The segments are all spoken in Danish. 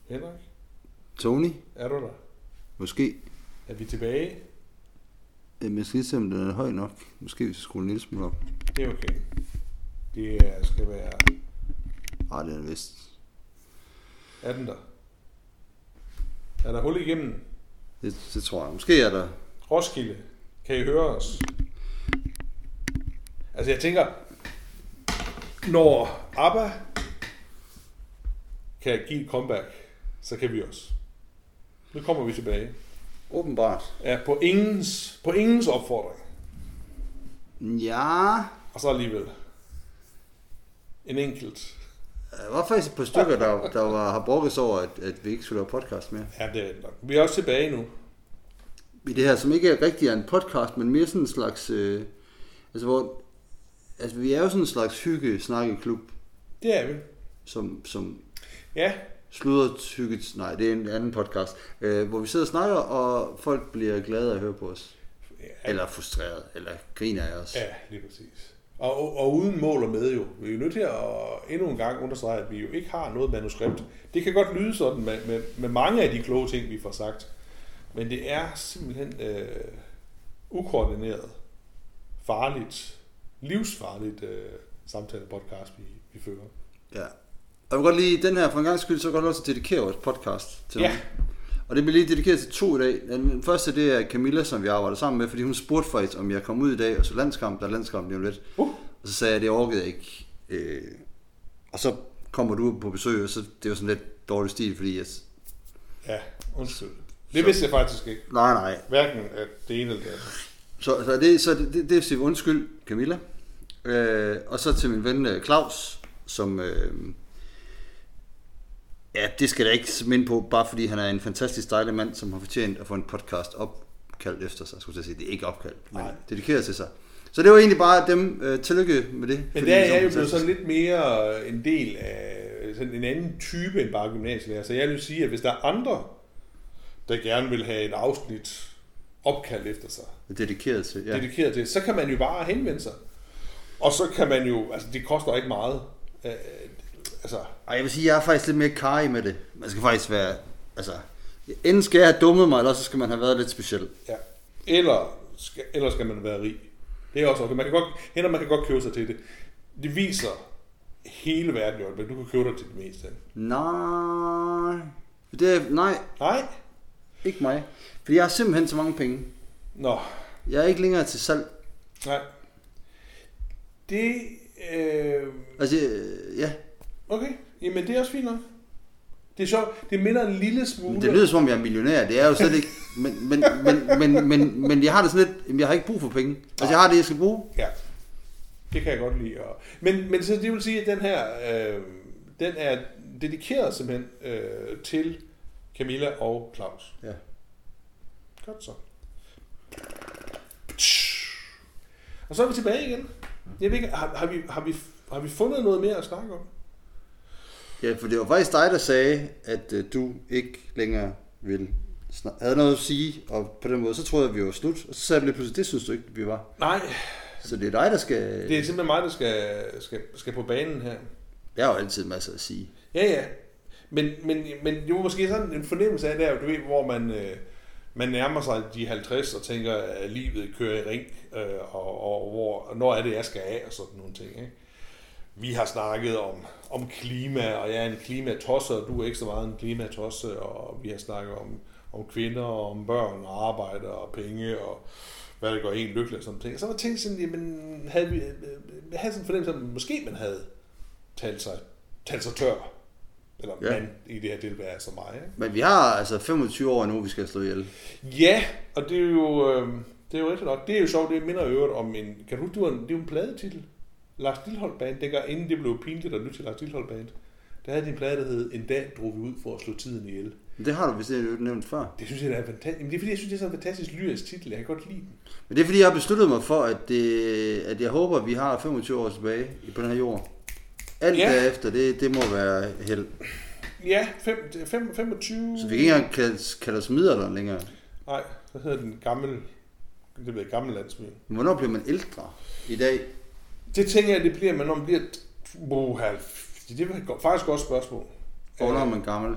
Henrik? Tony? Er du der? Måske. Er vi tilbage? Jeg skal lige se, om den er høj nok. Måske hvis jeg skruer en lille smule op. Det er okay. Skal være... Det er vist. Er den der? Er der hul igennem? Det tror jeg. Måske er der. Roskilde, kan I høre os? Altså jeg tænker, når ABBA kan give et comeback, så kan vi også. Nu kommer vi tilbage. Åbenbart. Ja, på ingens opfordring. Ja. Og så alligevel. En enkelt. Der var faktisk et par stykker, der har brokket sig over, at vi ikke skulle lave podcast mere. Ja, det er det nok. Vi er også tilbage nu. I det her, som ikke er rigtig en podcast, men mere sådan en slags... vi er jo sådan en slags hygge-snakkeklub. Det er vi. Som ja. Sludret nej, det er en anden podcast, hvor vi sidder og snakker, og folk bliver glade at høre på os. Ja. Eller frustreret, eller griner af os. Ja, lige præcis. Og uden mål og med jo. Vi er jo nødt til at endnu en gang understrege, at vi jo ikke har noget manuskript. Det kan godt lyde sådan med mange af de kloge ting, vi får sagt. Men det er simpelthen ukoordineret, farligt, livsfarligt samtale-podcast, vi fører. Ja. Og jeg vil godt lige, den her for en gang skyld, så godt også dedikere vores podcast til ja. Nogen. Og det bliver lige dedikeret til 2 i dag. Den første, det er Camilla, som vi arbejder sammen med, fordi hun spurgte faktisk, om jeg kom ud i dag, og så landskamp, der er landskamp lige om lidt. Og så sagde jeg, det orkede jeg ikke. Og så kommer du på besøg, og så det er jo sådan lidt dårlig stil, fordi jeg... Ja, undskyld. Det vidste jeg faktisk ikke. Nej. Hverken at det ene eller det andet. Så det siger undskyld, Camilla. Og så til min ven Claus, som... det skal jeg ikke minde på, bare fordi han er en fantastisk dejlig mand, som har fortjent at få en podcast opkaldt efter sig. Skulle jeg sige, det er ikke opkaldt, men dedikeret til sig. Så det var egentlig bare dem. Tillykke med det. Men der er jo blevet sådan lidt mere en del af sådan en anden type end bare gymnasielærer. Så jeg vil sige, at hvis der er andre, der gerne vil have et afsnit opkaldt efter sig. Dedikeret til, så kan man jo bare henvende sig. Og så kan man jo, altså det koster ikke meget. Jeg vil sige, jeg er faktisk lidt mere karrig med det. Man skal faktisk være, enten skal jeg have dummet mig, eller så skal man have været lidt speciel. Ja. Eller skal man være rig. Det er også okay. Man kan godt købe sig til det. Det viser hele verden jo, men du kan købe dig til det meste. Nej. Nej? Ikke mig. Fordi jeg har simpelthen så mange penge. Nå. Jeg er ikke længere til salg. Nej. Det... ja. Okay, jamen det er også fint nok. Det er sjovt, det minder en lille smule... Det lyder som om jeg er millionær, det er jo slet ikke... Men jeg har det sådan lidt... Jeg har ikke brug for penge. Jeg har det, jeg skal bruge. Ja, det kan jeg godt lide. Men så det vil sige, at den her... den er dedikeret simpelthen til Camilla og Claus. Ja. Godt så. Og så er vi tilbage igen. Jeg ved ikke, har vi fundet noget mere at snakke om? Ja, for det var faktisk dig, der sagde, at du ikke længere havde noget at sige, og på den måde, så troede jeg, at vi var slut. Og så sagde jeg pludselig, det synes du ikke, vi var. Nej. Så det er dig, der skal... Det er simpelthen mig, der skal på banen her. Jeg har jo altid masser at sige. Ja. Men det var måske sådan en fornemmelse af der, du ved, hvor man nærmer sig de 50 og tænker, at livet kører i ring, og når er det, jeg skal af, og sådan nogle ting, ikke? Vi har snakket om klima, og jeg er en klimatosse, og du er ikke så meget en klimatosse, og vi har snakket om kvinder, og om børn, og arbejde, og penge, og hvad det gør en lykkelig, og sådan ting. Så var jeg tænkt sådan, jamen, havde sådan en fornemmelse, at måske man havde talt sig tør, eller man i det her tilfælde som mig. Ikke? Men vi har 25 år nu, vi skal slå ihjel. Ja, og det er jo rigtigt nok. Det er jo sjovt, det minder øvrigt om en, kan du det er jo en pladetitel. Lars Lilholt Band, inden det blev pinligt at lytte til Lars Lilholt Band, der havde de en plade, der hed En dag drog vi ud for at slå tiden ihjel. Det har du vist nævnt før. Det synes jeg, der er fantastisk. Men det er fordi, jeg synes, det er sådan en fantastisk lyrisk titel. Jeg kan godt lide den. Men det er fordi, jeg har besluttet mig for, at jeg håber, at vi har 25 år tilbage på den her jord. Alt derefter, det må være held. Ja, 25... Så vi kan ikke engang kalde os midalderen længere. Nej, så hedder den gammel landsby. Hvornår bliver man ældre i dag? Det tænker jeg, det bliver man, når man bliver... Det er faktisk et godt spørgsmål. Hvornår er man gammel?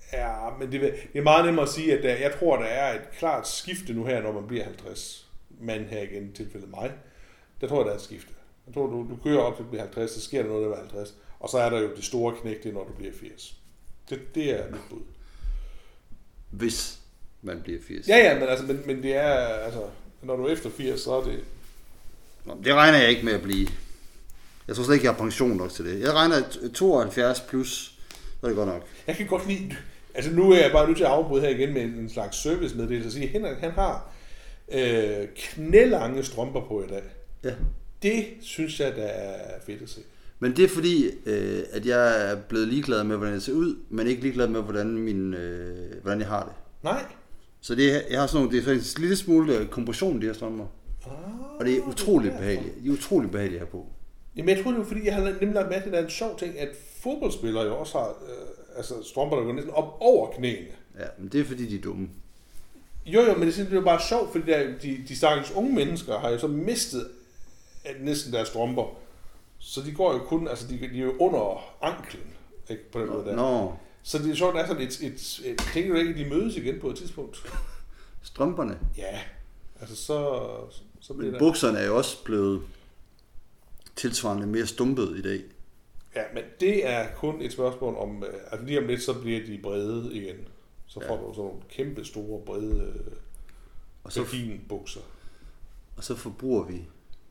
Ja, men det er meget nemmere at sige, at jeg tror, der er et klart skifte nu her, når man bliver 50 mand her igen, i tilfældet mig. Der tror jeg, der er et skifte. Jeg tror, du kører op til at blive 50, så sker der noget, der er 50. Og så er der jo det store knæk, det når du bliver 80. Det er mit bud. Hvis man bliver 80. Ja, men det er, altså, når du er efter 80, så er det... Nå, det regner jeg ikke med at blive. Jeg tror slet ikke, jeg har pension nok til det. Jeg regner 72 plus, så er det godt nok. Jeg kan godt lide... Altså nu er jeg bare nødt til at afbryde her igen med en slags servicemeddelelse og sige, at Henrik, han har knælange strømper på i dag. Ja. Det synes jeg, der er fedt at se. Men det er fordi, at jeg er blevet ligeglad med, hvordan det ser ud, men ikke ligeglad med, hvordan jeg har det. Nej. Så jeg har sådan nogle, det er faktisk en lille smule kompression, de her strømper. Og det er utroligt behageligt. De er utroligt behagelige her på. Jamen jeg tror, det er fordi, jeg har nemlig lagt med til, der er en sjov ting, at fodboldspillere jo også har strømper, der går næsten op over knæene. Ja, men det er fordi, de er dumme. Jo, men det er jo bare sjovt, fordi de stakkels unge mennesker har jo så mistet næsten deres strømper. Så de går jo kun, altså de er jo under anklen, ikke, på den måde der. Nå. Så det er sjovt, der er sådan et tænker du ikke, at de mødes igen på et tidspunkt? Strømperne? Ja, altså så bliver men bukserne er jo også blevet tilsvarende mere stumpet i dag. Ja, men det er kun et spørgsmål om, altså lige om lidt, så bliver de brede igen. Så får du sådan nogle kæmpe store, brede bukser. Og så forbruger vi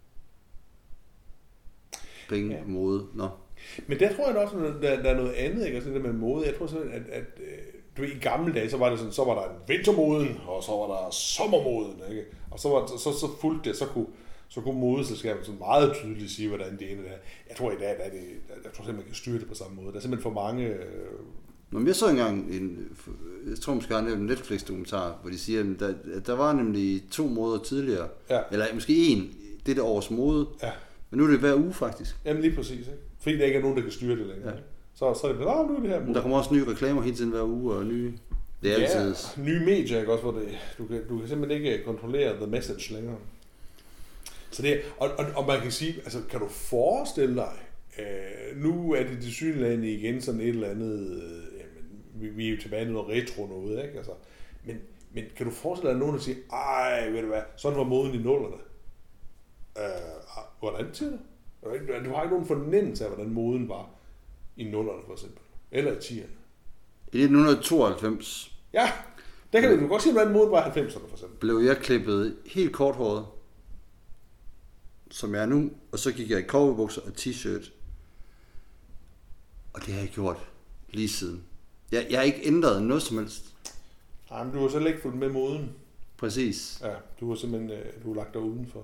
penge på mode. Nå. Men der tror jeg også, der er noget andet, ikke? Altså det med mode. Jeg tror sådan, at du ved, i gamle dage, så var det sådan, så var der vintermoden, og så var der sommermoden, ikke? Og så fulgte det, så kunne modeselskabet sådan meget tydeligt sige, hvordan det ene er. Jeg tror i dag, jeg tror simpelthen, man kan styre det på samme måde. Der er simpelthen for mange... Nå, jeg så engang jeg tror måske, jeg har nævnt en Netflix-dokumentar, hvor de siger, at der var nemlig 2 moder tidligere. Ja. Eller måske 1, det års mode. Ja. Men nu er det hver uge faktisk. Jamen lige præcis, ikke? Fordi der ikke er nogen, der kan styre det længere. Ja. Så er det nu er det her. Men der kommer også nye reklamer hele tiden hver uge, og nye... Det er altid... nye medier, ikke også, hvor du kan simpelthen ikke kontrollere the message længere. Så det, og man kan sige, altså kan du forestille dig, nu er det tilsyneladende igen sådan et eller andet, vi er jo tilbage i noget retro noget, ikke? Altså, men kan du forestille dig nogen, der siger, ej, ved du hvad, sådan var moden i 00'erne. Hvordan siger du? Du har ikke nogen fornemmelse af, hvordan moden var i 00'erne for eksempel, eller i 10'erne. I 1992. Ja, der kan du godt sige, hvordan moden var i 90'erne for eksempel. Blev jeg klippet helt korthåret, som jeg er nu, og så gik jeg i cowboybukser og t-shirt. Og det har jeg gjort lige siden. Jeg har ikke ændret noget som helst. Nej, men du har selv ikke fulgt med moden. Præcis. Ja, du har simpelthen du har lagt dig udenfor.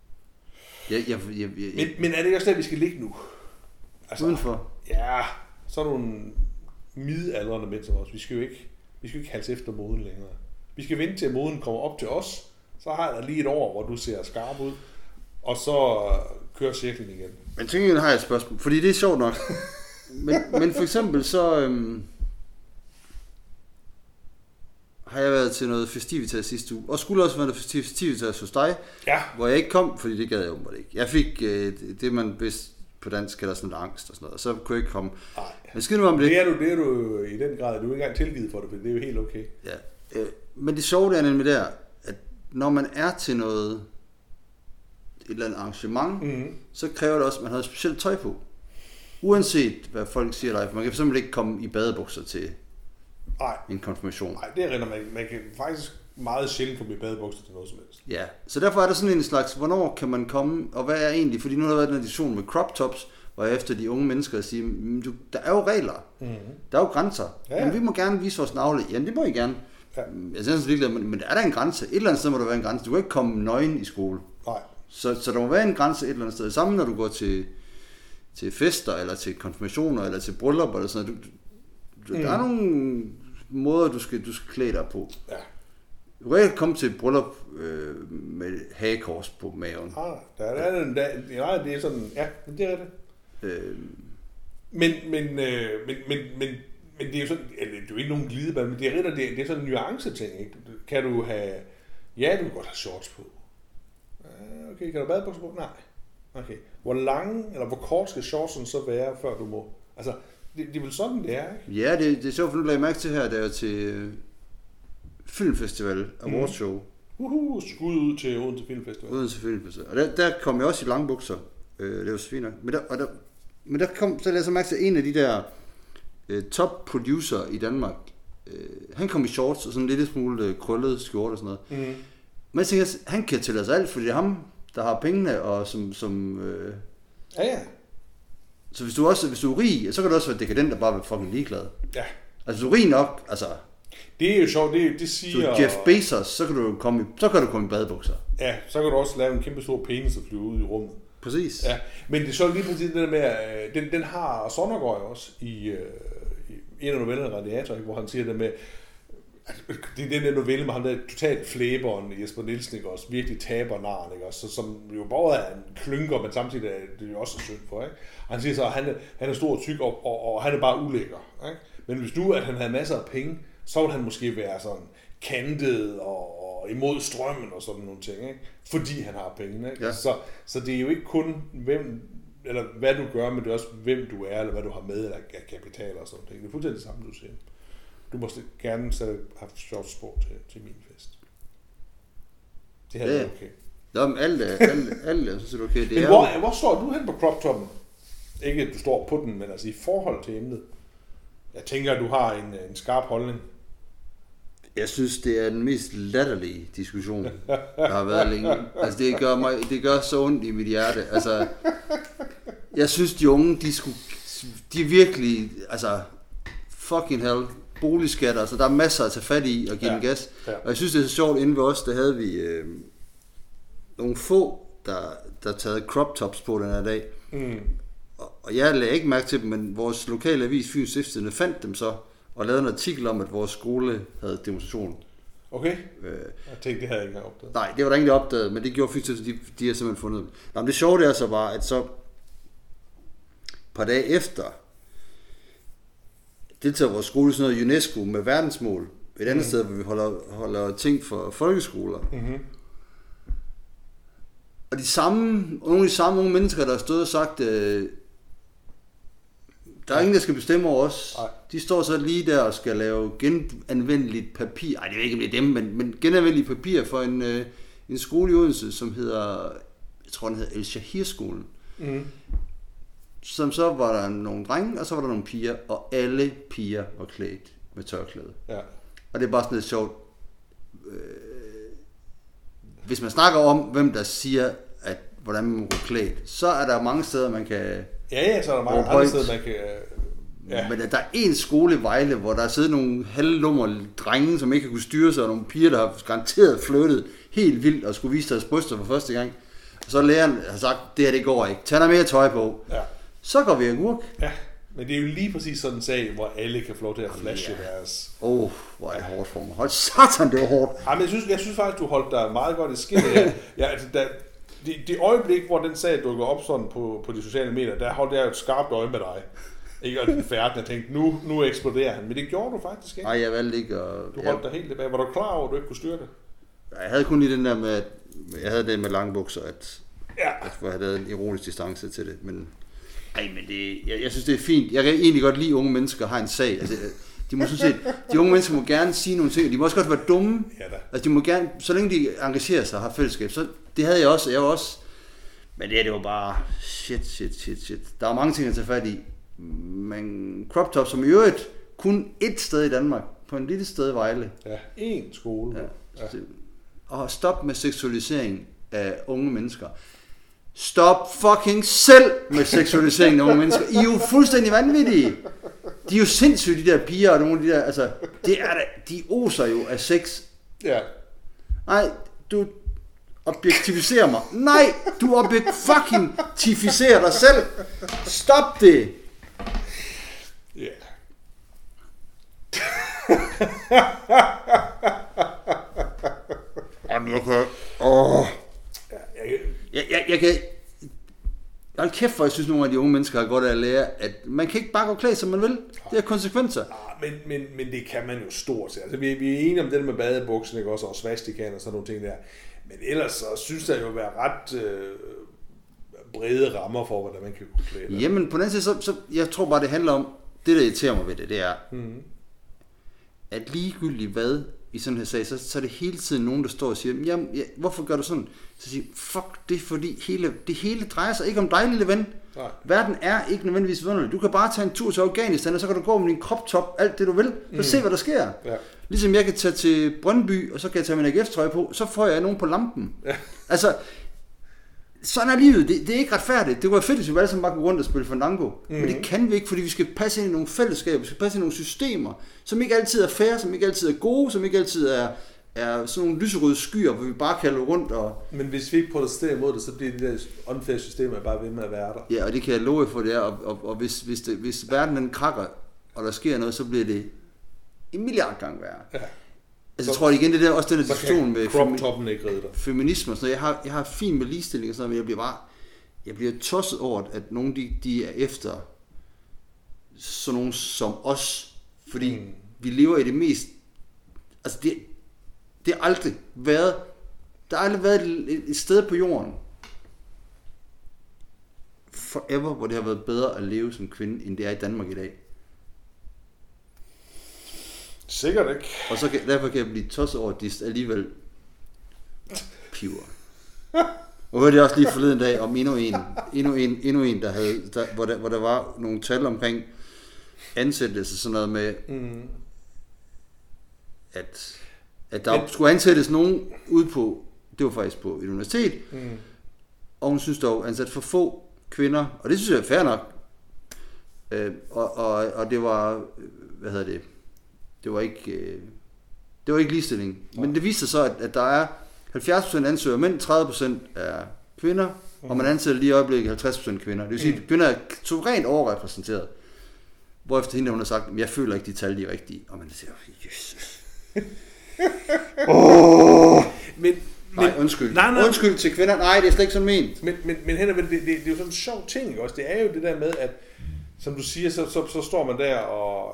Men er det ikke også der, vi skal ligge nu? Altså, udenfor? Ja, så er nogle midaldrende mænd som os. Vi skal jo ikke halse efter moden længere. Vi skal vente til, at moden kommer op til os. Så har jeg lige et år, hvor du ser skarp ud. Og så kører cirklen igen. Men til gengæld har jeg et spørgsmål, fordi det er sjovt nok. men for eksempel så har jeg været til noget festivitas sidste uge, og skulle også være noget festivitas hos dig, ja. Hvor jeg ikke kom, fordi det gad jeg åbenbart ikke. Jeg fik det, man vidste på dansk kalder sådan angst og sådan noget, og så kunne jeg ikke komme. Nej. Men skid nu om det. Det er du i den grad, du er ikke engang tilgivet for det, for det er jo helt okay. Ja. Men det sjove er nemlig der, at når man er til noget, et eller andet arrangement, så kræver det også, at man har specielt tøj på. Uanset hvad folk siger dig, for man kan fx ikke komme i badebukser til en konfirmation. Nej, det er rent, man kan faktisk meget sjældent komme i badebukser til noget som helst. Ja, så derfor er der sådan en slags, hvornår kan man komme, og hvad er egentlig, fordi nu har der været den edition med crop tops, hvor efter de unge mennesker siger, der er jo regler, der er jo grænser, ja. Men vi må gerne vise vores navle, jamen det må I gerne. Ja. Jeg synes ikke, men der er der en grænse, et eller andet sted må der være en grænse, du kan ikke komme nøgen i skole. Nej. Så der må være en grænse et eller andet sted, sammen når du går til fester, eller til konfirmationer, eller til bryllup, eller sådan noget. Der er nogle måder, du skal klæde dig på. Ja. Du kan ikke komme til et bryllup med hagekors på maven. Det er sådan, ja, det er det. Men det er jo sådan, det er jo ikke nogen glidebane, men det er sådan en nuance-ting, ikke? Kan du have, ja, du kan godt have shorts på. Okay, kan du badebukser på? Nej. Okay. Hvor lange, eller hvor kort skal shortsen så være, før du må? Altså, det er vel sådan, det er, ikke? Ja, det er sjovt, for nu lagde jeg mærke til her, da jeg var til Filmfestival Awardshow. Skud ud til Odense Filmfestival. Odense Filmfestival. Og der kom jeg også i lange bukser. Det var så fint nok. Men der kom, så lagde jeg så mærke til, en af de der top producer i Danmark. Han kom i shorts og sådan en lille smule krøllet skjorte og sådan noget. Men jeg tænker, han kan tillade sig alt, fordi det er ham, der har pengene, og som Ja. Så hvis du er rig, så kan du også være dekadent og bare være fucking ligeglad. Ja. Altså, du er rig nok, altså... Det er jo sjovt, det siger... Så Jeff Bezos, så kan du komme i badebukser. Ja, så kan du også lave en kæmpe stor penis og flyve ud i rummet. Præcis. Ja, men det er så lige præcis det der med, den har Sonnergaard også i en af novellerne Radiator, hvor han siger det med, det er den der novelle med ham der totalt flæberen Jesper Nielsen, ikke også, virkelig taber naren, ikke også, som jo både er en klynker, men samtidig er det jo også synd for, ikke? Og han siger så, at han er stor og tyk, og han er bare ulækker, ikke? Men hvis nu, at han havde masser af penge, så ville han måske være sådan kantet og imod strømmen og sådan nogle ting, ikke? Fordi han har penge, ikke? Ja. Så det er jo ikke kun hvem, eller hvad du gør, men det er også hvem du er, eller hvad du har med, eller af kapital og sådan noget. Det er fuldstændig det samme, du siger. Du måste gerne have short sport til min fest. Det her er okay. Nå, men alt jeg synes, det er okay. Det men er hvor står du hen på crop-toppen? Ikke at du står på den, men altså i forhold til emnet. Jeg tænker, at du har en skarp holdning. Jeg synes, det er den mest latterlige diskussion, der har været længe. Altså, det gør så ondt i mit hjerte. Altså, jeg synes, de unge, de er virkelig, altså, fucking hell, boligskatter, altså, der er masser at tage fat i og give den gas. Ja. Og jeg synes, det er så sjovt, inden ved os, der havde vi nogle få, der taget crop tops på den her dag. Og jeg lagde ikke mærke til dem, men vores lokale avis, Fyns Stiftstidende, fandt dem så, og lavede en artikel om, at vores skole havde demonstration. Okay. Jeg tænkte, det havde jeg ikke opdaget. Nej, det var der ingen, der opdagede, men det gjorde Fyns Stiftstidende, de har simpelthen fundet dem. Nå, men det sjove det er så bare, at så et par dage efter, deltager vores skole sådan noget UNESCO med verdensmål, et andet sted, hvor vi holder ting for folkeskoler. Og nogle af de samme unge mennesker, der har stået og sagt, der er ingen, der skal bestemme over os. Nej. De står så lige der og skal lave genanvendeligt papir. Ej, det er ikke, om det er dem, men genanvendeligt papir for en skole i Odense, som hedder, jeg tror, den hedder El Shahir-skolen. Som så var der nogle drenge, og så var der nogle piger, og alle piger var klædt med tørklæde. Ja. Og det er bare sådan lidt sjovt. Hvis man snakker om, hvem der siger, at hvordan man må gå klædt, så er der mange steder, man kan... Ja, så er der mange andre steder, man kan... Ja. Men der er en skole i Vejle, hvor der er siddet nogle halvlummer drenge, som ikke har kunne styre sig, og nogle piger, der har garanteret flyttet helt vildt og skulle vise deres bryster for første gang. Og så læreren har sagt, det her det går ikke. Tag noget mere tøj på. Ja. Så går vi agurk. Ja, men det er jo lige præcis sådan en sag, hvor alle kan få lov til at flashe deres... Hvor er det hårdt for mig. Hold satan, det er hårdt. Ja, men jeg synes faktisk, du holdt dig meget godt i skinnet. Ja, altså, det øjeblik, hvor den sag dukker op sådan på de sociale medier, der holdt jeg et skarpt øje med dig. Ikke, og den færden, jeg tænkte, nu eksploderer han. Men det gjorde du faktisk ikke. Nej, jeg valgte ikke at... Du holdt dig helt tilbage. Var du klar over, at du ikke kunne styre det? Jeg havde kun lige den der med, jeg havde det med lange bukser, at jeg havde en ironisk distance til det. Men det, jeg synes, det er fint. Jeg kan egentlig godt lide, unge mennesker har en sag. Altså, de unge mennesker må gerne sige nogle ting, og de må også godt være dumme. Ja, altså, de må gerne, så længe de engagerer sig og har fællesskab, så det havde jeg også. Jeg var også. Men det var bare shit. Der er mange ting at tage fat i. Men crop top, som i øvrigt kun ét sted i Danmark, på en lille sted i Vejle. Ja, én skole. Ja. Og stop med seksualisering af unge mennesker. Stop fucking selv med seksualisering af unge mennesker. I er jo fuldstændig vanvittige. De er jo sindssyge, de der piger og nogle af de der, altså, de oser jo af sex. Ja. Nej, du objektiviserer mig. Nej, du objektiviserer dig selv. Stop det. Ja. Jamen, jeg kan... Jeg kan... Hold kæft, for jeg synes, nogle af de unge mennesker har godt af at lære, at man kan ikke bare gå klædt, som man vil. Det har konsekvenser. Men det kan man jo stort set. Altså, vi er enige om det med badebuksen, ikke også, og svastikaen og sådan nogle ting der. Men ellers så synes jeg jo at være ret brede rammer for, hvordan man kan gå klædt. Jamen, på den anden side, så jeg tror bare, det handler om, det der irriterer mig ved det er, at ligegyldigt hvad i sådan her sag, så er det hele tiden nogen, der står og siger, jamen, hvorfor gør du sådan? Så siger fuck, det er fordi det hele drejer sig ikke om dig, lille ven. Nej. Verden er ikke nødvendigvis vidunderlig. Du kan bare tage en tur til Afghanistan, og så kan du gå med din crop-top, alt det du vil. Så se, hvad der sker. Ja. Ligesom jeg kan tage til Brøndby, og så kan jeg tage min AGF-trøje på, så får jeg nogen på lampen. Ja. Altså, sådan er livet. Det er ikke retfærdigt. Det kunne være fedt, hvis vi alle sammen bare gå rundt og spille Fandango. Men det kan vi ikke, fordi vi skal passe ind i nogle fællesskaber, vi skal passe ind i nogle systemer, som ikke altid er fair, som ikke altid er gode, som ikke altid er sådan nogle lyserøde skyer, hvor vi bare kan løbe rundt og... Men hvis vi ikke protesterer imod det, så bliver de der unfair systemer bare ved med at være der. Ja, og det kan jeg love for, det er. Og hvis verden den krakker, og der sker noget, så bliver det en milliard gange værre. Ja. Altså, jeg tror igen, det er også den diskussion med feminisme og sådan noget. Jeg har fint med ligestilling og sådan noget, men jeg bliver tosset over, at nogle de er efter sådan nogen som os, fordi vi lever i det mest... Altså, det har aldrig været... Der har aldrig været et sted på jorden forever, hvor det har været bedre at leve som kvinde, end det er i Danmark i dag. Sikkert ikke. Og så derfor kan jeg blive tosset over, at de alligevel piver. Og hørte jeg også lige forleden dag om endnu en, der havde, hvor der var nogle tal omkring ansættelse, sådan noget med, at der skulle ansættes nogen ude på, det var faktisk på et universitet, og hun synes dog ansat for få kvinder, og det synes jeg er fair nok, og det var, det var ikke ligestilling. Men det viste sig så, at der er 70% ansøgere mænd, 30% er kvinder, og man ansætter lige i øjeblikket 50% kvinder. Det vil sige, at kvinder er suverænt overrepræsenteret. Hvorefter hende, hun har sagt, at jeg føler ikke, de tal de er rigtige. Og man siger, Jesus. Undskyld. Undskyld til kvinder. Nej, det er slet ikke sådan ment. Men Henrik, det er jo sådan en sjov ting, ikke også? Det er jo det der med, at som du siger, så står man der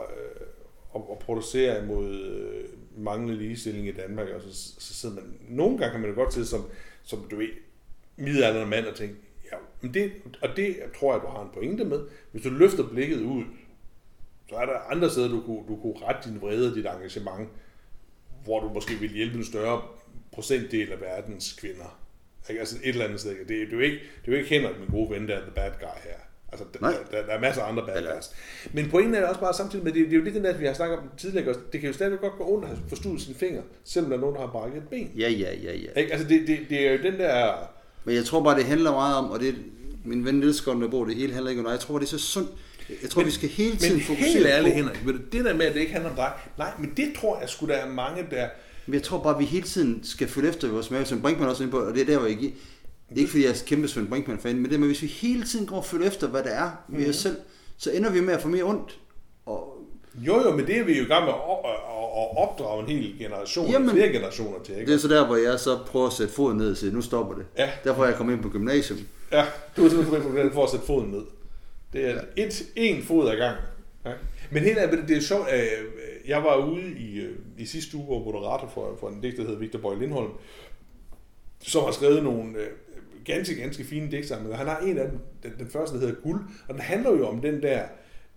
og producerer imod manglende ligestilling i Danmark, og så sidder man, nogle gange kan man jo godt sidde som du ved, midaldrende mand og tænke, ja, men det tror jeg, du har en pointe med. Hvis du løfter blikket ud, så er der andre steder, du kunne rette din vrede og dit engagement, hvor du måske vil hjælpe en større procentdel af verdens kvinder. Altså et eller andet sted. Det er jo ikke Henrik, min gode ven, der er the bad guy her. Altså, der er masser af andre bad guys. Men pointen er også bare samtidig med, det er jo det, at vi har snakket om tidligere, det kan jo stadig godt gå ondt at have forstuet sine fingre, selvom der er nogen, der har brækket et ben. Ja. Altså, det er jo den der... Men jeg tror bare, det handler meget om, og det min ven Nielsgaard, der bor, det hele handler ikke om dig. Jeg tror, det er så sundt. Jeg tror, vi skal hele tiden fokusere på... Men helt ærligt, Henrik, det der med, at det ikke handler om dig, nej, men det tror jeg sgu, der er mange, der... Men jeg tror bare, at vi hele tiden skal følge efter vores mave, som Brinkmann også ind på, og det er der, hvor jeg ikke... Det er ikke fordi, jeg er kæmpe Svend Brinkmann-fan, men det med, hvis vi hele tiden går og følger efter, hvad det er ved os selv, så ender vi med at få mere ondt. Og... Jo, men det er vi jo i gang med at opdrage en hel generation, flere generationer til, ikke? Det er så der, hvor jeg så prøver at sætte foden ned og sige, nu stopper det. Ja. Derfor er jeg kommet ind på gymnasium. Ja, du er simpelthen for at sætte foden ned. Det er en fod ad gang. Ja. Men helt ærligt, det er sjovt, jeg var ude i sidste uge, hvor moderator for en digt, der hedder Victor Bøje Lindholm, som har skrevet nogle ganske fine digtsamlinger. Han har en af dem, den første, der hedder Guld, og den handler jo om den der,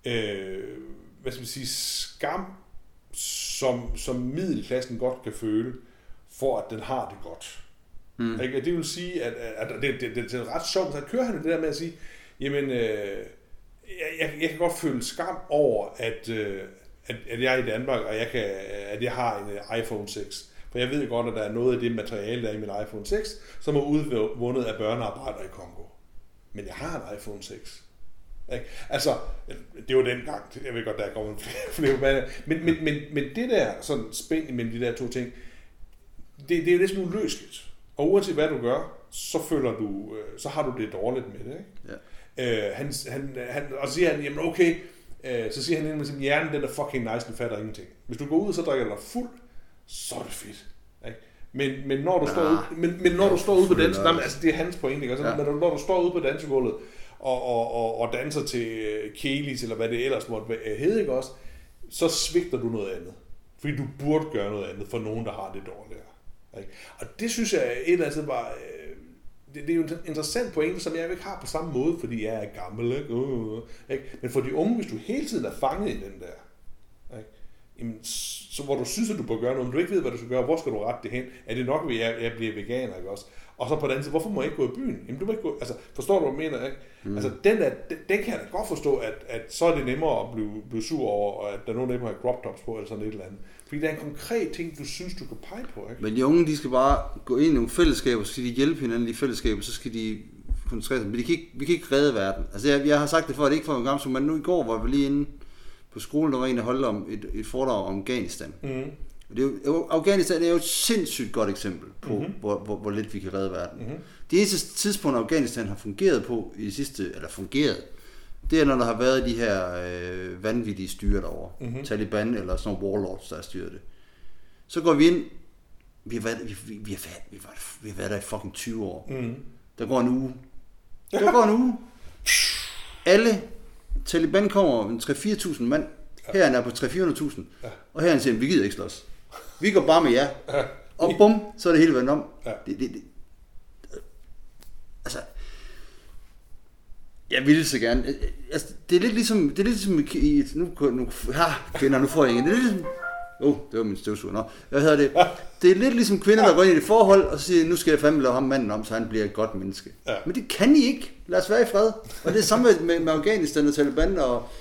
hvad skal man sige, skam, som middelklassen godt kan føle, for at den har det godt. Det vil sige, at det er ret sjovt, så kører han det der med at sige, jamen, jeg kan godt føle skam over, at jeg er i Danmark, og at jeg har en iPhone 6. For jeg ved godt, at der er noget af det materiale, der er i min iPhone 6, som er udvundet af børnearbejdere i Kongo. Men jeg har en iPhone 6. Ikke? Altså, det var dengang. Jeg ved godt, der er kommet flere. Men det der sådan spænding mellem de der to ting, det er jo næsten uløseligt. Og uanset hvad du gør, så har du det dårligt med det. Ikke? Ja. Og så siger han, jamen okay, så siger han inden med hjernen, den er fucking nice, den fatter ingenting. Hvis du går ud, så drikker du dig fuld, så er det fedt. Ikke? Men når du står ude på dansegulvet, altså det er hans pointe, ikke? Altså, men når du står ude på dansegulvet og danser til Kelis, eller hvad det ellers måtte hedde, ikke også, så svigter du noget andet. Fordi du burde gøre noget andet for nogen, der har det dårligere. Ikke? Og det synes jeg et eller andet bare, det er jo en interessant pointe, som jeg ikke har på samme måde, fordi jeg er gammel, ikke? Men for de unge, hvis du hele tiden er fanget i den der, ikke? Jamen, så hvor du synes, at du bør gøre noget, men du ikke ved, hvad du skal gøre, hvor skal du rette det hen? Er det nok, at jeg bliver veganer, ikke også? Og så på den anden side, hvorfor må jeg ikke gå i byen? Jamen, du må ikke gå, altså, forstår du, hvad jeg mener, ikke? Altså, den kan jeg da godt forstå, at så er det nemmere at blive sur over, og at der er nogen, der må have crop tops på, eller sådan et eller andet. Fordi der er en konkret ting, du synes, du kan pege på, ikke? Men de unge, de skal bare gå ind i nogle fællesskaber, så skal de hjælpe hinanden i fællesskaber, så skal de koncentrere sig. Men vi kan ikke redde verden. Altså, jeg har sagt det for, at det ikke for en gammel, men nu i går var vi lige inde på skolen, der var en, der holdt om et foredrag om Afghanistan. Afghanistan er jo et sindssygt godt eksempel på, hvor lidt vi kan redde verden. Det eneste tidspunkt, Afghanistan har fungeret på i det er, når der har været de her vanvittige styre derovre. Taliban eller sådan nogle warlords, der har styret det. Så går vi ind, vi har været der i fucking 20 år. Der går en uge. Alle Taliban kommer 3-4.000 mand. Her er på 300-400.000. Og her siger vi gider ikke slås. Vi går bare med jer. Og bum, så er det hele vendt om. Altså, jeg ville så gerne. Altså, det er lidt ligesom kvinder, nu får jeg ingen. Det er lidt ligesom, det var min støvsuger. Det er lidt ligesom kvinder, der går ind i et forhold, og så siger, nu skal jeg fandme lave ham manden om, så han bliver et godt menneske. Men det kan I ikke. Lad os være i fred. Og det er samme med Afghanistan og Taliban,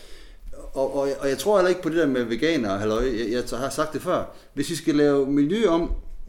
og jeg tror heller ikke på det der med veganer, halløj. Jeg har sagt det før. Hvis vi skal lave miljø om,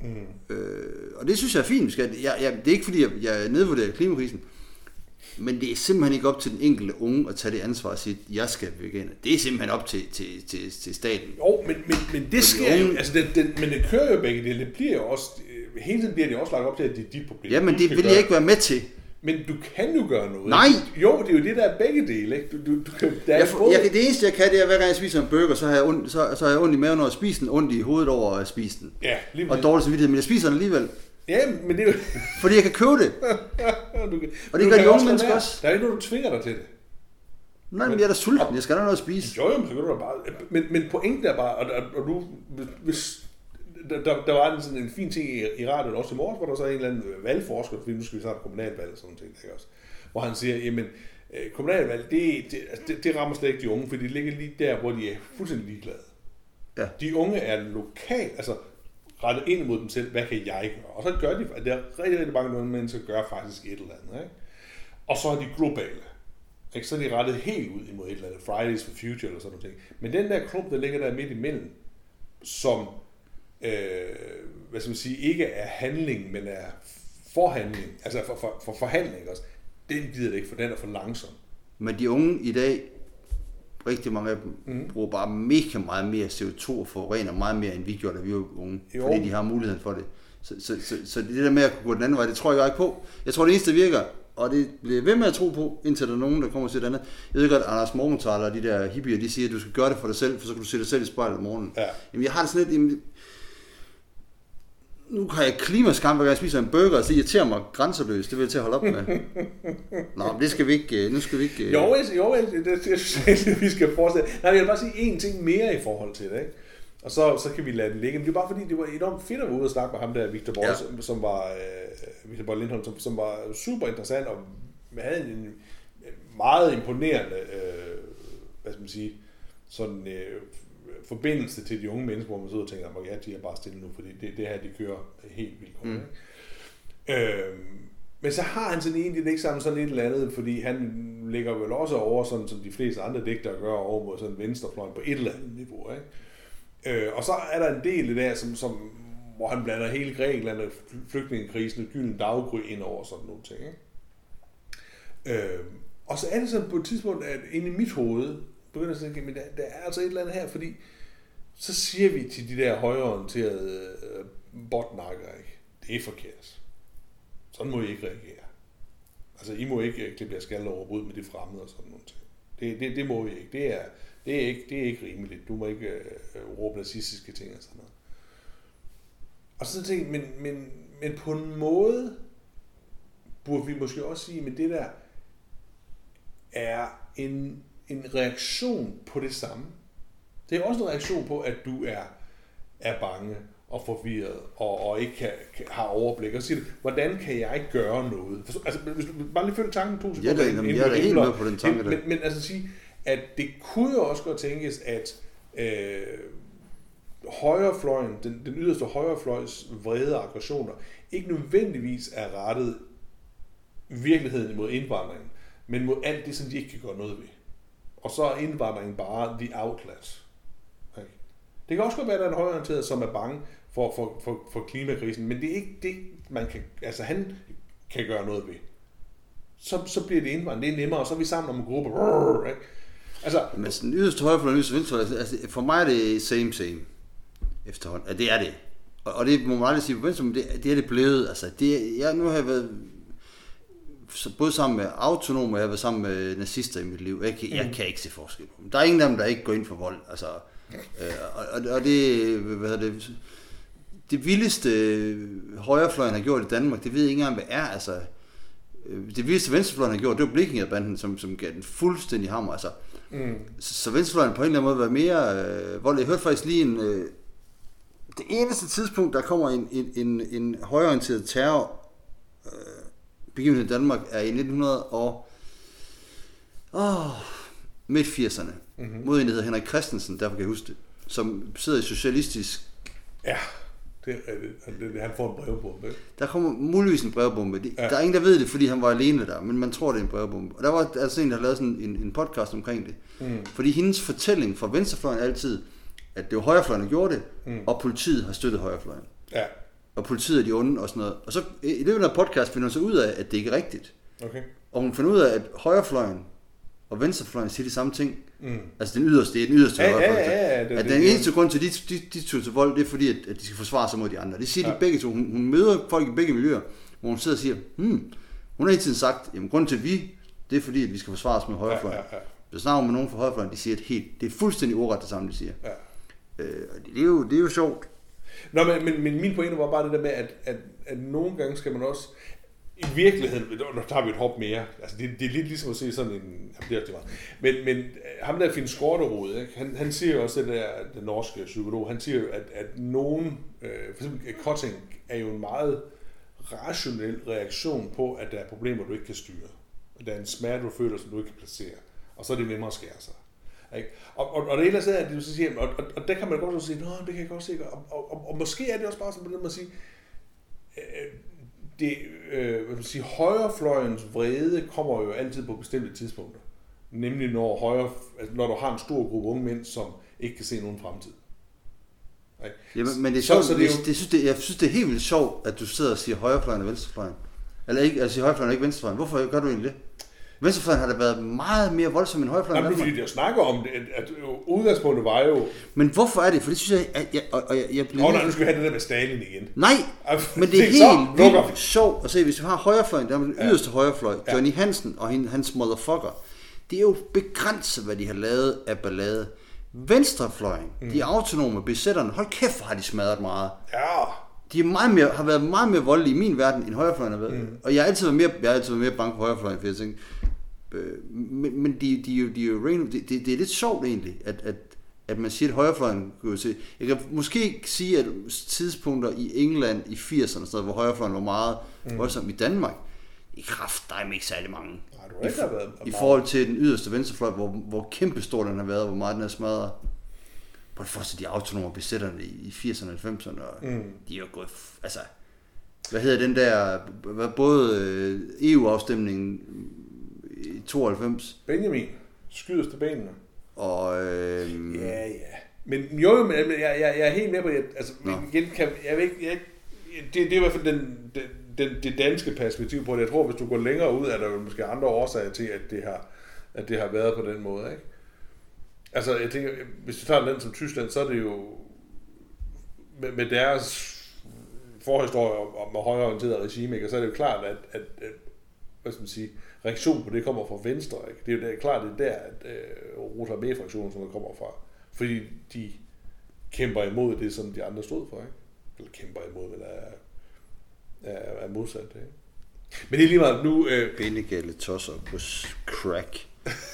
og det synes jeg er fint, det er ikke fordi, jeg nedvurderer klimakrisen, men det er simpelthen ikke op til den enkelte unge at tage det ansvar og sige, at jeg skal være veganer. Det er simpelthen op til staten. Jo, men det sker jo, altså men det kører jo begge dele. Det bliver jo også, hele tiden bliver det også lagt op til, at det er dit problem. Ja, men det vil jeg ikke være med til. Men du kan jo gøre noget. Nej! Jo, det er jo det, der er begge dele, ikke? Det eneste, jeg kan, det er, hver gang jeg spiser en burger, så har jeg ondt i maven over at spise den, ondt i hovedet over at spise den. Ja, lige og dårlig samvittighed, men jeg spiser den alligevel. Ja, men det er jo... Fordi jeg kan købe det. Og det gør de unge mennesker også. Der er ikke noget, du tvinger dig til det. Nej, men jeg er da sulten. Jeg skal da noget at spise. Jo, men så kan du da bare... Men pointen er bare, og du... Hvis der var sådan en fin ting i radioen også i morges, hvor der så en eller anden valgforsker, fordi nu skal vi snart kommunalvalg og sådan noget, ikke også? Hvor han siger, jamen, kommunalvalg, det rammer slet ikke de unge, for de ligger lige der, hvor de er fuldstændig ligeglade. Ja. De unge er lokalt, altså rettet ind mod dem selv, hvad kan jeg gøre? Og så gør de, at der er rigtig, rigtig mange unge mennesker, der gør faktisk et eller andet, ikke? Og så er de globale. Ikke? Så er de rettet helt ud imod et eller andet, Fridays for Future eller sådan noget. Men den der klump, der ligger der midt imellem, som hvad skal man sige, ikke er handling, men er forhandling, altså for forhandling også, den gider det ikke, for den er for langsom. Men de unge i dag, rigtig mange af dem, bruger bare mega meget mere CO2 og forurener meget mere, end vi gjorde, da vi var unge, fordi de har muligheden for det. Så det der med at kunne gå den anden vej, det tror jeg ikke på. Jeg tror, det eneste virker, og det bliver ved med at tro på, indtil der er nogen, der kommer og siger det andet. Jeg ved godt, at Anders Morgenthaler og de der hippier, de siger, at du skal gøre det for dig selv, for så kan du se dig selv i spejlet om morgenen. Ja. Jamen, jeg har det sådan lidt, nu har jeg klimaskam, hver gang jeg spiser en burger, og så irriterer mig grænseløst. Det vil jeg til at holde op med. Nå, men det skal vi ikke, nu skal vi ikke... Jo, det synes jeg, vi skal fortsætte. Nej, jeg vil bare sige én ting mere i forhold til det, ikke? Og så kan vi lade den ligge. Men det er bare fordi, det var enormt fedt at være ude og snakke med ham der, Victor Borg, som var Victor Borg Lindholm, som var super interessant, og havde en meget imponerende, hvad skal man sige, sådan forbindelse til de unge mennesker, hvor man sidder og tænker, at de er bare stille nu, fordi det her, de kører helt vildt. Men så har han sådan egentlig ikke sammen sådan et eller andet, fordi han ligger vel også over, sådan som de fleste andre digtere gør, over mod sådan venstrefløjen på et eller andet niveau, ikke? Og så er der en del der, som hvor han blander hele Grækenland og flygtningekrisen og gylden daggry ind over sådan nogle ting, ikke? Og så er det sådan på et tidspunkt, at inde i mit hoved begynder at tænke, men der er altså et eller andet her, fordi så siger vi til de der højreorienterede botnakker, ikke? Det er forkert. Sådan må I ikke reagere. Altså, I må ikke klippe jer skalle over brud med det fremmede og sådan noget. Det må vi ikke. Det er ikke rimeligt. Du må ikke råbe nazistiske ting og sådan noget. Og så tænkte jeg, men på en måde burde vi måske også sige, men det der er en reaktion på det samme. Det er også en reaktion på, at du er bange, og forvirret, og ikke har overblik, og siger, hvordan kan jeg gøre noget? Altså, hvis du bare lige følge tanken 2 sekunder. Jeg er da helt med på den tanke der. Men altså sige, at det kunne jo også godt tænkes, at højrefløjen, den yderste højrefløjs vrede aggressioner, ikke nødvendigvis er rettet virkeligheden mod indvandringen, men mod alt det, som de ikke kan gøre noget ved. Og så er indvandringen bare the outlaws. Okay. Det kan også godt være, at der er en højreorienteret, som er bange for klimakrisen, men det er ikke det, man kan, altså han kan gøre noget ved. Så bliver det indvandring, det er nemmere, og så er vi sammen om en gruppe. Ikke? Altså, men den yderste højrefløj og den yderste venstrefløj, altså for mig er det same efterhånden. Ja, det er det. Og det må man aldrig sige på venstre, men det er det blevet. Altså, nu har jeg været både sammen med autonome, og jeg har været sammen med nazister i mit liv. Jeg kan ikke se forskel på dem. Der er ingen af dem, der ikke går ind for vold. Altså, og det, det vildeste højrefløjen har gjort i Danmark, det ved jeg ikke engang, hvad er. Altså, det vildeste venstrefløjen har gjort, det var Blekingerbanden, som gav den fuldstændig hammer. Altså, så venstrefløjen på en eller anden måde var mere vold. Jeg hørte faktisk lige det eneste tidspunkt, der kommer en højreorienteret terror begivenhed i Danmark, er i 80'erne. Mod en, der hedder Henrik Christensen, derfor kan jeg huske det, som sidder i socialistisk... Ja, det er han får en brevbombe. Der kommer muligvis en brevbombe. Der er ingen, der ved det, fordi han var alene der, men man tror, det er en brevbombe. Og der var altså en, der har lavet sådan en podcast omkring det. Fordi hendes fortælling fra venstrefløjen er altid, at det var højrefløjen, der gjorde det, og politiet har støttet højrefløjen. Ja. Og politiet er de onde og sådan noget. Og så i løbet af podcast finder hun så ud af, at det ikke er rigtigt. Okay. Og hun finder ud af, at højrefløjen og venstrefløjen siger de samme ting. Altså den yderste højrefløjen. At den eneste grund til, de tog til vold, det er fordi, at de skal forsvare sig mod de andre. Det siger de begge to. Hun møder folk i begge miljøer, hvor hun sidder og siger, hun har hele tiden sagt, jamen grunden til, at det er fordi, at vi skal forsvare os med højrefløjen. Hvis snakker med nogen fra højrefløjen, de siger, det er fuldstændig ordret det samme, de siger. Det er jo sjovt. Nå, men min pointe var bare det der med, at nogle gange skal man også, i virkeligheden, nu tager vi et hop mere, altså det er lidt ligesom at se sådan en, men ham der Finn Skårderud, ikke? Han siger jo også, det der, den norske psykolog, han siger jo, at nogen, for eksempel Kotting, er jo en meget rationel reaktion på, at der er problemer, du ikke kan styre. Der er en smerte, du føler, som du ikke kan placere, og så er det nemmere at skære sig. Ikke? Og det ene er, at du så siger, og der kan man godt sige, det kan jeg godt se, og måske er det også bare sådan på den, man siger, højrefløjens vrede kommer jo altid på bestemte tidspunkter. Nemlig når du har en stor gruppe unge mænd, som ikke kan se nogen fremtid. Ikke? Jamen, men det er sjovt, jeg synes, det er helt vildt sjovt, at du sidder og siger højrefløjen og venstrefløjen. Eller ikke, altså siger højrefløjen og ikke venstrefløjen. Hvorfor gør du egentlig det? Venstrefløjen har da været meget mere voldsom end højrefløjen. Jamen, fordi jeg snakker om det, at udgangspunktet var jo... Men hvorfor er det? For det synes jeg bliver... Nej, nu skal vi have det der med Stalin igen. Nej, men det er helt vildt sjovt at se, hvis vi har højrefløjen, der er den yderste højrefløj, Johnny Hansen og hans motherfucker. Det er jo begrænset, hvad de har lavet af ballade. Venstrefløjen, de autonome besætterne, hold kæft, har de smadret meget. Ja. De har været meget mere voldelige i min verden, end højrefløjen har været. Og jeg har altid været mere bange på højrefløjen, for jeg tænker, men de er jo rene, det er lidt sjovt egentlig, at man siger, at højrefløjen kunne se. Jeg kan måske sige, at tidspunkter i England i 80'erne, sådan noget, hvor højrefløjen var meget voldsom, i Danmark, i kraft, der er ikke særlig mange. I forhold til den yderste venstrefløj, hvor kæmpestor den har været, hvor meget den er smadret. På det første, de autonome besætterne i 80'erne og 90'erne, de er jo gået, altså, hvad hedder den der, både EU-afstemningen i 92. Benjamin, skydes til benene. Og ja. Men jo, jeg er helt med på det. Altså, igen, det er i hvert fald det danske perspektiv på det. Jeg tror, hvis du går længere ud, er der jo måske andre årsager til, at det har været på den måde, ikke? Altså, jeg tænker, hvis du tager et land som Tyskland, så er det jo med deres forhistorie og med højreorienteret regime, ikke? Og så er det jo klart, at hvad skal man sige, reaktion på det kommer fra venstre, ikke? Det er jo klart, det er der, at Rosa B-fraktionen, som kommer fra, fordi de kæmper imod det, som de andre stod for, ikke? Eller kæmper imod, eller er modsat, ikke? Men det er lige meget nu... Bindegale tosser på crack.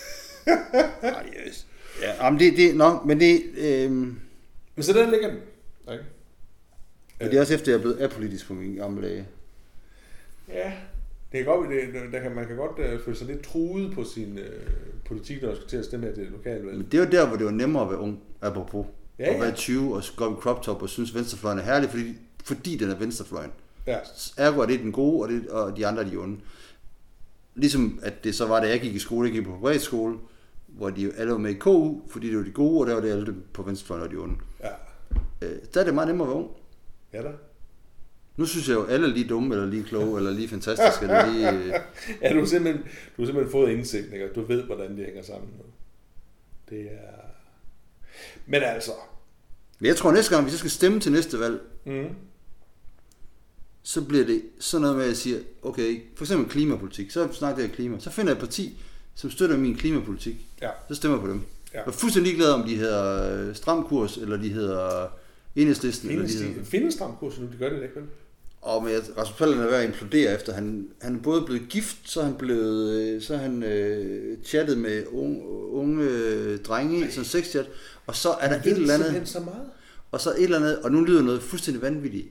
Yes. Ja, men det... Men så der ligger den, ikke? Og det er også efter, jeg er blevet apolitisk på mine gamle dage. Ja, det kan godt, man kan godt føle sig lidt truet på sin politik, når man skal til at stemme her til det lokale valg. Men det er jo der, hvor det var nemmere at være ung, apropos. Ja. At være 20 og gå op i crop top og synes, venstrefløjen er herlig, fordi den er venstrefløjen. Ja. Ergo er det den gode, og de andre er de onde. Ligesom at det så var, da jeg gik i skole, jeg gik på privatskole, hvor de alle var med i KU, fordi det var de gode, og der var det alle på venstrefløjen og de onde. Ja. Der er det meget nemmere at være ung. Ja da. Nu synes jeg jo, alle er lige dumme, eller lige kloge, eller lige fantastiske, eller lige... Ja, du har simpelthen fået indsigt, ikke? Du ved, hvordan det hænger sammen. Det er... Men altså... Men jeg tror næste gang, hvis jeg skal stemme til næste valg, så bliver det sådan noget med, at jeg siger, okay, for eksempel klimapolitik, så snakker jeg klima, så finder jeg et parti, som støtter min klimapolitik, så stemmer jeg på dem. Ja. Jeg er fuldstændig ligeglad, om de hedder Stram Kurs, eller de hedder Enhedslisten. Findes Stram Kurs nu, de gør det ikke, vel? Og med Rasmus Paludan er ved at implodere efter, han er både blevet gift, så er han chattet med unge drenge, sådan sexchat, og så er der et eller andet, så meget. og så et eller andet, og nu lyder noget fuldstændig vanvittigt.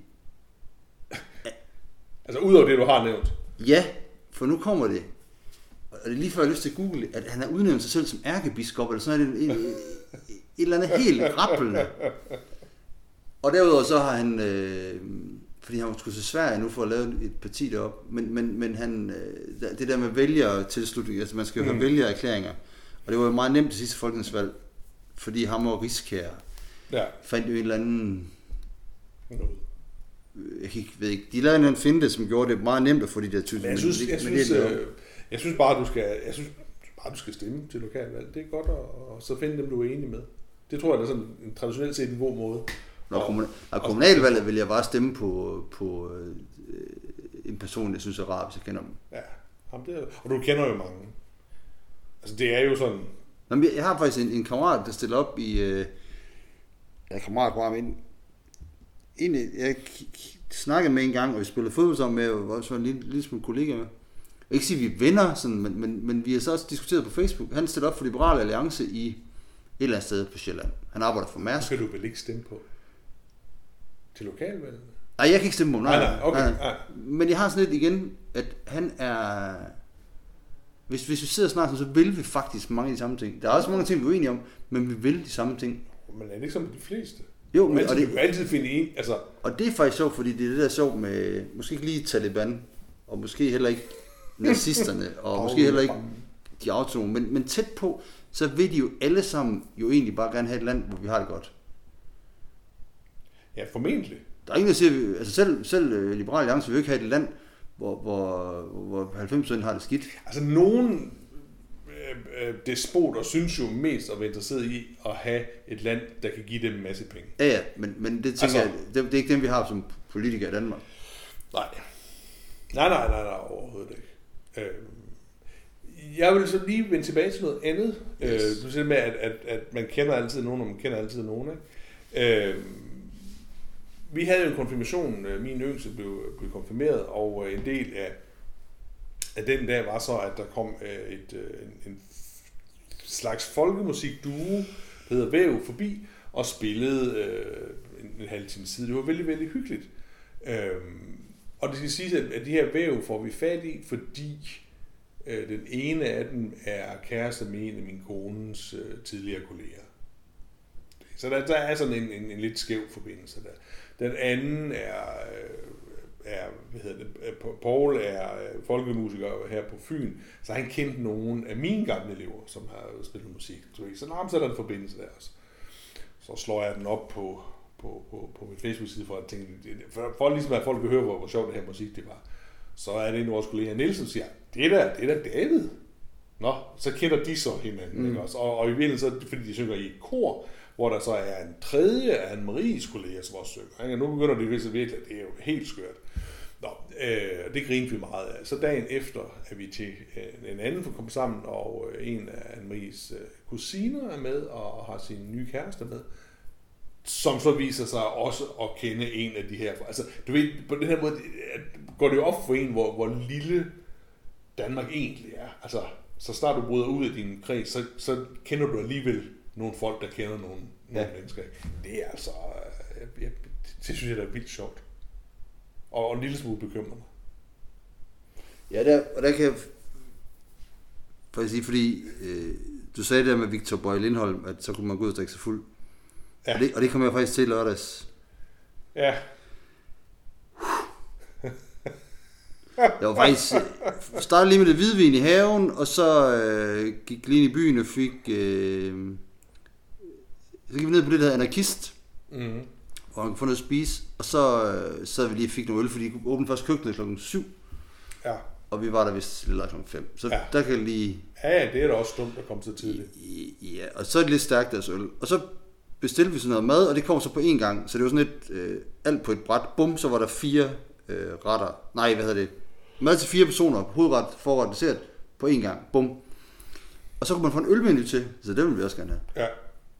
Altså udover det, du har nævnt? Ja, for nu kommer det, og det er lige før jeg har lyst til at google, at han har udnævnt sig selv som ærkebiskop, eller sådan et eller andet helt rappelende. Og derudover så har han, fordi han skulle til Sverige nu for at lave et parti deroppe, men han, det der med vælgertilslutning, altså man skal jo have vælgererklæringer, og det var jo meget nemt til sidste folketingsvalg, fordi ham og Riskær fandt jo en eller anden, jeg ved ikke, de lavede en finte, som gjorde det meget nemt at få de der tydelige. Jeg synes bare, du skal stemme til lokalvalg. Det er godt, og så finde dem, du er enig med. Det tror jeg er sådan en traditionelt set en god måde. Når kommunalvalget vil jeg bare stemme på en person, jeg synes er rar, hvis jeg kender dem. Ja, og du kender jo mange. Altså det er jo sådan... Jeg har faktisk en kammerat, der stiller op i... Jeg snakkede med en gang, og vi spillede fodbold sammen med, og var sådan en lille smule kollega med. Jeg ikke sige, at vi er venner, sådan, men vi har så også diskuteret på Facebook. Han stiller op for Liberal Alliance i et eller andet sted på Sjælland. Han arbejder for Mærsk. Så kan du vel ikke stemme på til lokalvalget? Nej, jeg kan ikke stemme på. Nej, okay. Nej. Men jeg har sådan lidt igen, at han er... Hvis vi sidder snart, så vil vi faktisk mange af de samme ting. Der er også mange ting, vi er uenige om, men vi vil de samme ting. Men er det ikke som de fleste? Jo, men du kan altid finde en. Altså... Og det er faktisk sjovt, fordi det er det der sjovt med, måske ikke lige Taliban, og måske heller ikke nazisterne, og måske heller ikke de autonome, men tæt på, så vil de jo alle sammen jo egentlig bare gerne have et land, hvor vi har det godt. Ja, formentlig. Der er ingen, der siger, altså selv Liberal Alliance vil jo ikke have et land, hvor 90% har det skidt. Altså nogen despoter synes jo mest at være interesseret i at have et land, der kan give dem en masse penge. Ja, men det tænker jeg, det er ikke dem, vi har som politikere i Danmark. Nej, overhovedet ikke. Jeg vil så lige vende tilbage til noget andet. Du siger med, at man kender altid nogen, og man kender altid nogen. Ikke? Vi havde jo en konfirmation, min yngste blev konfirmeret, og en del af den dag var så, at der kom en slags folkemusikduo, der hedder Væv, forbi, og spillede en halv time siden. Det var vældig, vældig hyggeligt. Og det skal siges, at de her Væv får vi fat i, fordi den ene af dem er kæreste med en af min kones tidligere kolleger. Så der er sådan en lidt skæv forbindelse der. Den anden er Paul er folkemusiker her på Fyn, så han kendte nogen af mine gamle elever, som har spillet musik. Så er der en forbindelse der også. Så slår jeg den op på min Facebook-side for at tænke, for ligesom at folk kan høre, hvor sjovt det her musik det var. Så er det en af vores kolleger, Nielsen, siger, det er da David. Nå, så kender de så hinanden. Ikke også? Og i virkeligheden så, fordi de synger i et kor, hvor der så er en tredje af Anne-Maries kolleger, som også synger. Nu begynder det virkelig, det er jo helt skørt. Nå, det grinte vi meget af. Så dagen efter er vi til en anden for at komme sammen, og en af Anne-Maries kusiner er med, og har sin nye kæreste med, som så viser sig også at kende en af de her. Altså, du ved, på den her måde går det jo op for en, hvor lille Danmark egentlig er. Altså, så snart du bryder ud af din kreds, så kender du alligevel nogle folk, der kender nogle mennesker. Det er altså... Det synes jeg, der er vildt sjovt. Og en lille smule bekymrende. Ja, der kan jeg faktisk sige, fordi du sagde det med Victor Bøje Lindholm, at så kunne man gå ud og drikke sig fuld. Ja. Og det kommer jeg faktisk til lørdags. Ja. Jeg var faktisk startede lige med det hvidvin i haven, og så gik lige ind i byen og fik så gik vi ned på det der anarkist, hvor man kunne få noget at spise, og så sad vi lige og fik noget øl, fordi de åbnede først køkkenet klokken 7. Ja. Og vi var der vist lidt klokken 5. Så der kan lige... Ja, det er da også dumt at komme så tidligt. Ja, og så er det lidt stærkt deres øl. Og så bestilte vi sådan noget mad, og det kom så på én gang. Så det var sådan lidt alt på et bræt. Bum, så var der 4 retter. Nej, hvad hedder det? Mad til 4 personer. Hovedret, forret, dessert på én gang. Bum. Og så kunne man få en ølmenu til. Så det ville vi også gerne have. Ja.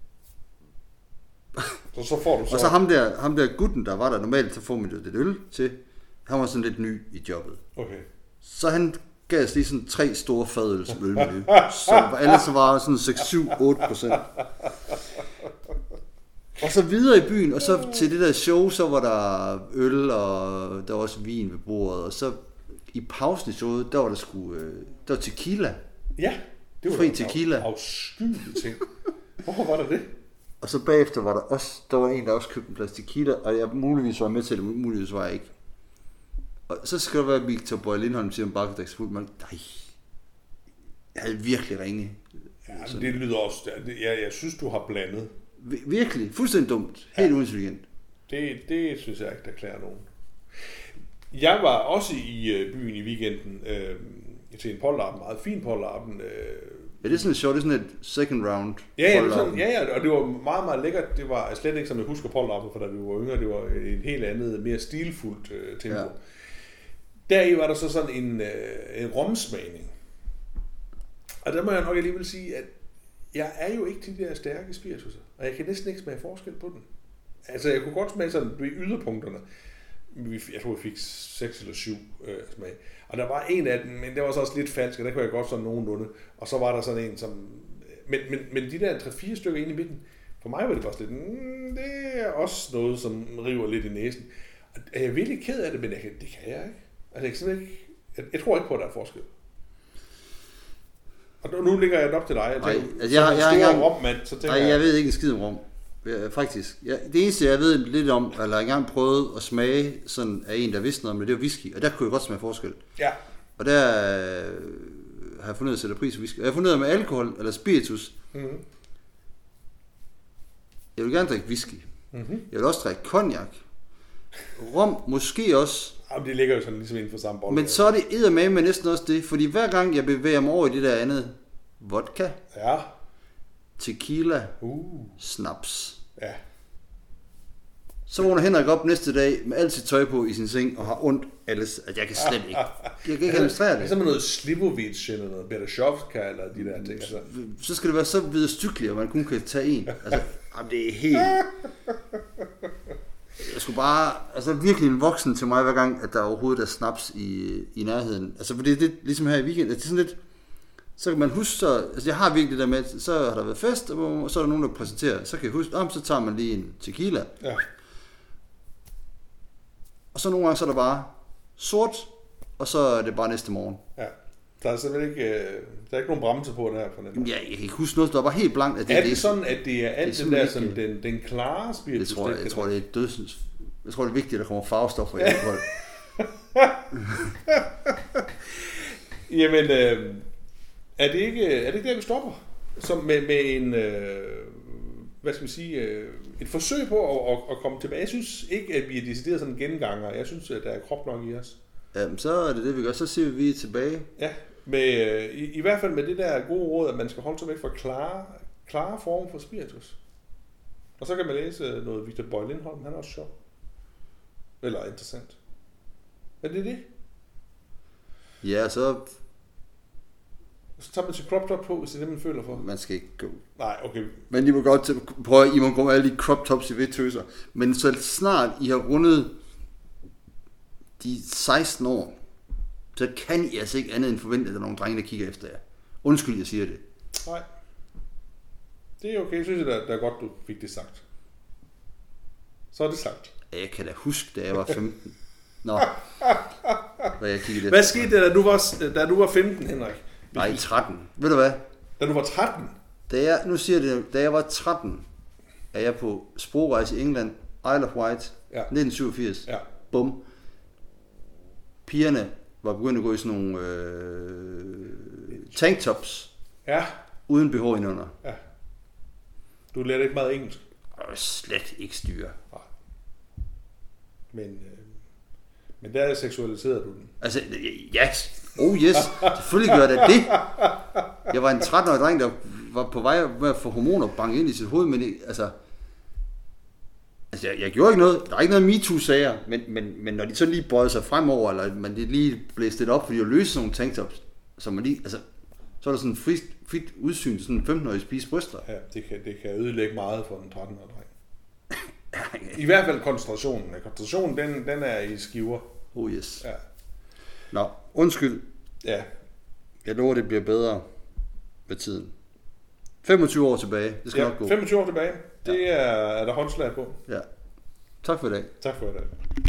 Så får du så... Og så ham der gutten, der var der normalt, så får man jo lidt øl til. Han var sådan lidt ny i jobbet. Okay. Så han gav os lige sådan 3 store fadøl som ølmenu. Så alle så var sådan 6-7-8%. Og så videre i byen, og så til det der show, så var der øl, og der var også vin ved bordet. Og så i pausen i showet, der var der var tequila. Ja, det var fri tequila. Afskyelige ting. Hvorfor var der det? Og så bagefter var der var en, der også købte en plads tequila, og jeg muligvis var med til det, muligvis var jeg ikke. Og så skal der være Victor Bøje Lindholm til, om bare kan drikke sig fuld. Nej, jeg havde virkelig ringe. Ja, det lyder også... Jeg synes, du har blandet. Virkelig. Fuldstændig dumt. Helt uintelligent. Det synes jeg ikke, der klæder nogen. Jeg var også i byen i weekenden til en polterappen. Meget fin polterappen. Ja, det er sådan et sjovt. Det er sådan et second round. Ja, og det var meget, meget lækkert. Det var slet ikke, som jeg husker polterappen, for da vi var yngre. Det var et helt andet, mere stilfuldt tempo. Ja. Deri var der så sådan en romsmagning. Og der må jeg nok alligevel sige, at jeg er jo ikke til de der stærke spiritusser, og jeg kan næsten ikke smage forskel på den. Altså, jeg kunne godt smage sådan ved yderpunkterne. Jeg tror, jeg fik 6 eller 7 smag. Og der var en af dem, men det var så også lidt falsk, og der kunne jeg godt sådan nogenlunde. Og så var der sådan en, som... Men de der 3-4 stykker inde i midten, for mig var det bare lidt... det er også noget, som river lidt i næsen. Og jeg er virkelig ked af det, men det kan jeg ikke. Altså, jeg kan simpelthen ikke... Jeg tror ikke på, at der er forskel. Og nu ligger jeg op til dig. Jeg ved ikke en skid om rom. Faktisk. Det eneste, jeg ved lidt om, eller engang prøvet at smage sådan af en, der vidste noget om det var whisky. Og der kunne jeg godt smage forskel. Ja. Og der har jeg fundet ud af at sætte pris på whisky. Og jeg har fundet ud af med alkohol, eller spiritus. Mm-hmm. Jeg vil gerne drikke whisky. Mm-hmm. Jeg vil også drikke cognac. Rom måske også. Jamen, det ligger jo sådan ligesom inden for samme bold. Men så er det eddermame med næsten også det, fordi hver gang jeg bevæger mig over i det der andet, vodka, tequila, snaps, så vågner Henrik op næste dag med alt sit tøj på i sin seng og har ondt alles, at jeg kan slet ikke. Jeg kan ikke administrere det. Det er som noget Slivovic eller noget Berezovka eller de der ting. Altså. Så skal det være så vederstykkeligt, at man kun kan tage en. Altså, det er helt... Jeg skulle bare, altså virkelig en voksen til mig hver gang, at der overhovedet er snaps i nærheden. Altså fordi det er ligesom her i weekenden, det er sådan lidt, så kan man huske, altså jeg har virkelig det der med, så har der været fest, og så er der nogen, der præsenterer, så kan jeg huske, så tager man lige en tequila. Ja. Og så nogle gange, så er der bare sort, og så er det bare næste morgen. Ja. Der er simpelthen ikke, der er ikke nogen bremse på der for den. Ja, jeg kan ikke huske noget, der var helt blankt. At det er sådan, at det er alt det der, sådan, den klare spiritus? Jeg tror, det er dødsens. Jeg tror, det er vigtigt, at der kommer farvestoffer i alkohol. Jamen, er det ikke der, vi stopper? Som med en, hvad skal vi sige, et forsøg på at komme tilbage. Jeg synes ikke, at vi er decideret sådan en genganger. Jeg synes, at der er krop nok i os. Jamen, så er det vi gør. Så siger vi tilbage. Ja, med, i hvert fald med det der gode råd, at man skal holde sig væk fra klare former for spiritus. Og så kan man læse noget Victor Bøje Lindholm. Han er også sjov. Eller interessant. Er det det? Ja, så tager man til crop top på, hvis det er det, man føler for. Man skal ikke gå. Nej, okay. Men I må godt prøve, I må gå med alle de crop tops i vedtøser. Men så snart I har rundet de 16 år, så kan I altså ikke andet end forvente, at der er nogle drenge, der kigger efter jer. Undskyld, jeg siger det. Nej. Det er okay. Jeg synes, det er godt, du fik det sagt. Så er det sagt. Jeg kan da huske, da jeg var 15. Nå. Hvad jeg kiggede Hvad efter. skete der, da du var 15, Henrik? Nej, 13. Ved du hvad? Da du var 13? Da jeg var 13, er jeg på sprogrejse i England, Isle of Wight, 1987. Ja. Bum. Pigerne var begyndt at gå i sådan nogle tanktops. Ja. Uden BH indunder. Ja. Du lærte ikke meget engelsk. Og slet ikke styre. Men der seksualiserede du den. Altså, ja. Oh yes. Selvfølgelig gør det det. Jeg var en 13-årig dreng, der var på vej med at få hormoner banket ind i sit hoved, men altså jeg gjorde ikke noget. Der er ikke noget MeToo-sager, men når de så lige bøjede sig fremover, eller man lige blæste det op, fordi de løste sådan nogle tanktops, så man lige, altså, så er der sådan en frit udsyn, sådan en 15-årig spise bryster. Ja, det kan ødelægge meget for en 13-årig dreng. I hvert fald koncentrationen. Koncentrationen, den er i skiver. Oh yes. Ja. Nå, undskyld. Ja. Jeg lover, det bliver bedre med tiden. 25 år tilbage, det skal nok gå. 25 år tilbage. Det er der håndslag på. Ja. Tak for i dag. Tak for i dag.